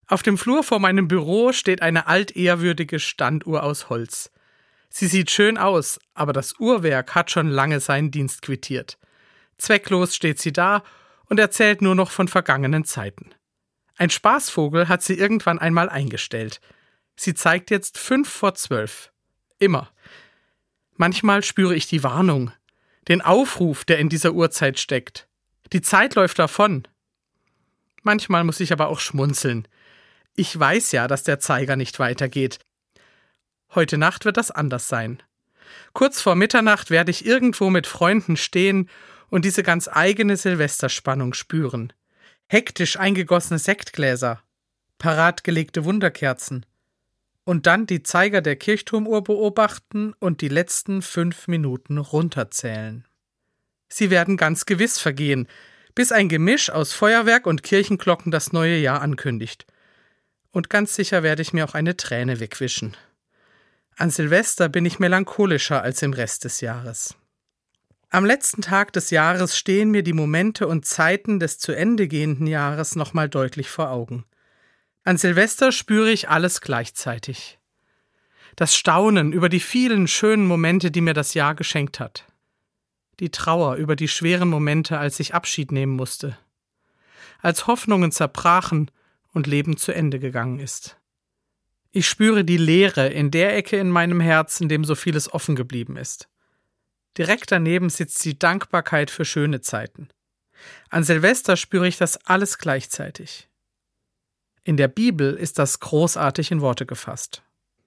Auf dem Flur vor meinem Büro steht eine altehrwürdige Standuhr aus Holz. Sie sieht schön aus, aber das Uhrwerk hat schon lange seinen Dienst quittiert. Zwecklos steht sie da und erzählt nur noch von vergangenen Zeiten. Ein Spaßvogel hat sie irgendwann einmal eingestellt. Sie zeigt jetzt 11:55. Immer. Manchmal spüre ich die Warnung, den Aufruf, der in dieser Uhrzeit steckt. Die Zeit läuft davon. Manchmal muss ich aber auch schmunzeln. Ich weiß ja, dass der Zeiger nicht weitergeht. Heute Nacht wird das anders sein. Kurz vor Mitternacht werde ich irgendwo mit Freunden stehen und diese ganz eigene Silvesterspannung spüren. Hektisch eingegossene Sektgläser, parat gelegte Wunderkerzen. Und dann die Zeiger der Kirchturmuhr beobachten und die letzten 5 Minuten runterzählen. Sie werden ganz gewiss vergehen, bis ein Gemisch aus Feuerwerk und Kirchenglocken das neue Jahr ankündigt. Und ganz sicher werde ich mir auch eine Träne wegwischen. An Silvester bin ich melancholischer als im Rest des Jahres. Am letzten Tag des Jahres stehen mir die Momente und Zeiten des zu Ende gehenden Jahres nochmal deutlich vor Augen. An Silvester spüre ich alles gleichzeitig. Das Staunen über die vielen schönen Momente, die mir das Jahr geschenkt hat. Die Trauer über die schweren Momente, als ich Abschied nehmen musste. Als Hoffnungen zerbrachen und Leben zu Ende gegangen ist. Ich spüre die Leere in der Ecke in meinem Herz, in dem so vieles offen geblieben ist. Direkt daneben sitzt die Dankbarkeit für schöne Zeiten. An Silvester spüre ich das alles gleichzeitig. In der Bibel ist das großartig in Worte gefasst.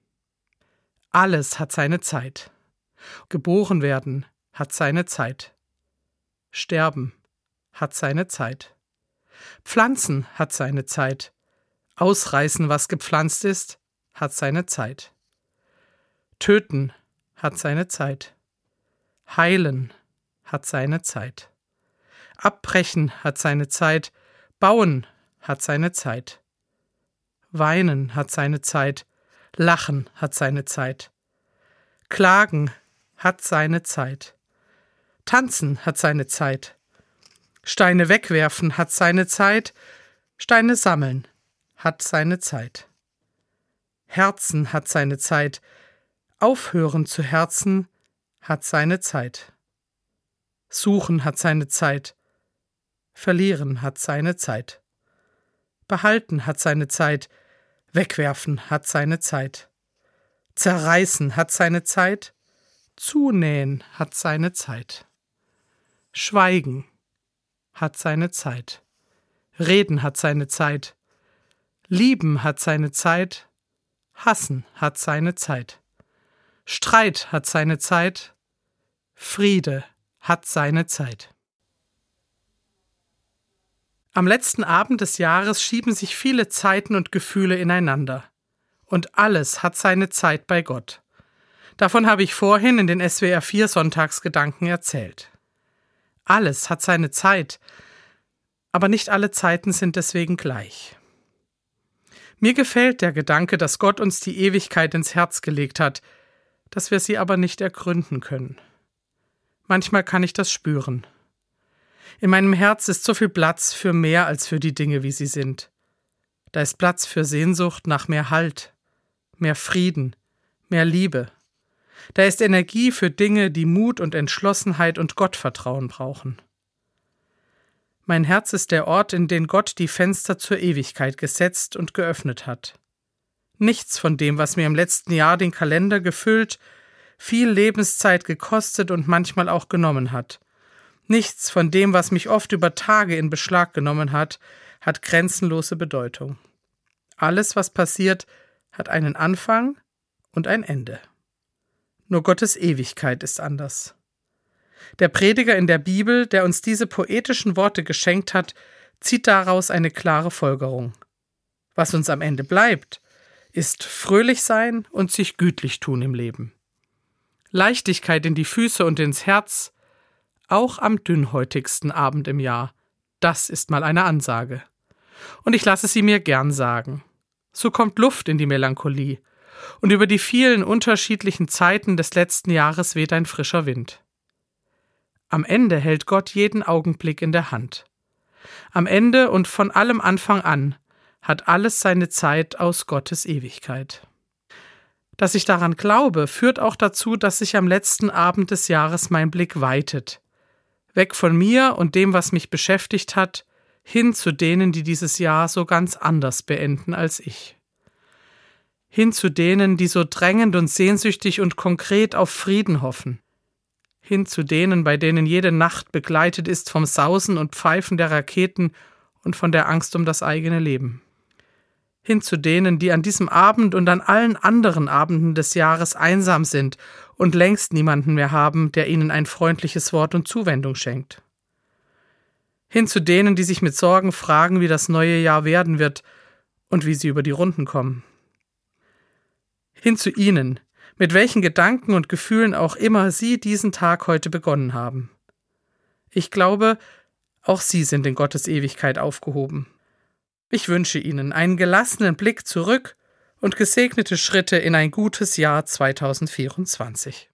Alles hat seine Zeit. Geboren werden hat seine Zeit. Sterben hat seine Zeit. Pflanzen hat seine Zeit. Ausreißen, was gepflanzt ist, hat seine Zeit. Töten hat seine Zeit. Heilen hat seine Zeit. Abbrechen hat seine Zeit. Bauen hat seine Zeit. Weinen hat seine Zeit. Lachen hat seine Zeit. Klagen hat seine Zeit. Tanzen hat seine Zeit. Steine wegwerfen hat seine Zeit. Steine sammeln hat seine Zeit. Herzen hat seine Zeit. Aufhören zu herzen hat seine Zeit. Suchen hat seine Zeit. Verlieren hat seine Zeit. Behalten hat seine Zeit. Wegwerfen hat seine Zeit. Zerreißen hat seine Zeit. Zunähen hat seine Zeit. Schweigen hat seine Zeit. Reden hat seine Zeit. Lieben hat seine Zeit. Hassen hat seine Zeit. Streit hat seine Zeit. Friede hat seine Zeit. Am letzten Abend des Jahres schieben sich viele Zeiten und Gefühle ineinander. Und alles hat seine Zeit bei Gott. Davon habe ich vorhin in den SWR 4 Sonntagsgedanken erzählt. Alles hat seine Zeit, aber nicht alle Zeiten sind deswegen gleich. Mir gefällt der Gedanke, dass Gott uns die Ewigkeit ins Herz gelegt hat, dass wir sie aber nicht ergründen können. Manchmal kann ich das spüren. In meinem Herz ist so viel Platz für mehr als für die Dinge, wie sie sind. Da ist Platz für Sehnsucht nach mehr Halt, mehr Frieden, mehr Liebe. Da ist Energie für Dinge, die Mut und Entschlossenheit und Gottvertrauen brauchen. Mein Herz ist der Ort, in den Gott die Fenster zur Ewigkeit gesetzt und geöffnet hat. Nichts von dem, was mir im letzten Jahr den Kalender gefüllt, viel Lebenszeit gekostet und manchmal auch genommen hat. Nichts von dem, was mich oft über Tage in Beschlag genommen hat, hat grenzenlose Bedeutung. Alles, was passiert, hat einen Anfang und ein Ende. Nur Gottes Ewigkeit ist anders. Der Prediger in der Bibel, der uns diese poetischen Worte geschenkt hat, zieht daraus eine klare Folgerung. Was uns am Ende bleibt, ist fröhlich sein und sich gütlich tun im Leben. Leichtigkeit in die Füße und ins Herz, auch am dünnhäutigsten Abend im Jahr, das ist mal eine Ansage. Und ich lasse sie mir gern sagen. So kommt Luft in die Melancholie, und über die vielen unterschiedlichen Zeiten des letzten Jahres weht ein frischer Wind. Am Ende hält Gott jeden Augenblick in der Hand. Am Ende und von allem Anfang an hat alles seine Zeit aus Gottes Ewigkeit. Dass ich daran glaube, führt auch dazu, dass sich am letzten Abend des Jahres mein Blick weitet. Weg von mir und dem, was mich beschäftigt hat, hin zu denen, die dieses Jahr so ganz anders beenden als ich. Hin zu denen, die so drängend und sehnsüchtig und konkret auf Frieden hoffen. Hin zu denen, bei denen jede Nacht begleitet ist vom Sausen und Pfeifen der Raketen und von der Angst um das eigene Leben. Hin zu denen, die an diesem Abend und an allen anderen Abenden des Jahres einsam sind und längst niemanden mehr haben, der ihnen ein freundliches Wort und Zuwendung schenkt. Hin zu denen, die sich mit Sorgen fragen, wie das neue Jahr werden wird und wie sie über die Runden kommen. Hin zu ihnen, mit welchen Gedanken und Gefühlen auch immer Sie diesen Tag heute begonnen haben. Ich glaube, auch Sie sind in Gottes Ewigkeit aufgehoben. Ich wünsche Ihnen einen gelassenen Blick zurück und gesegnete Schritte in ein gutes Jahr 2024.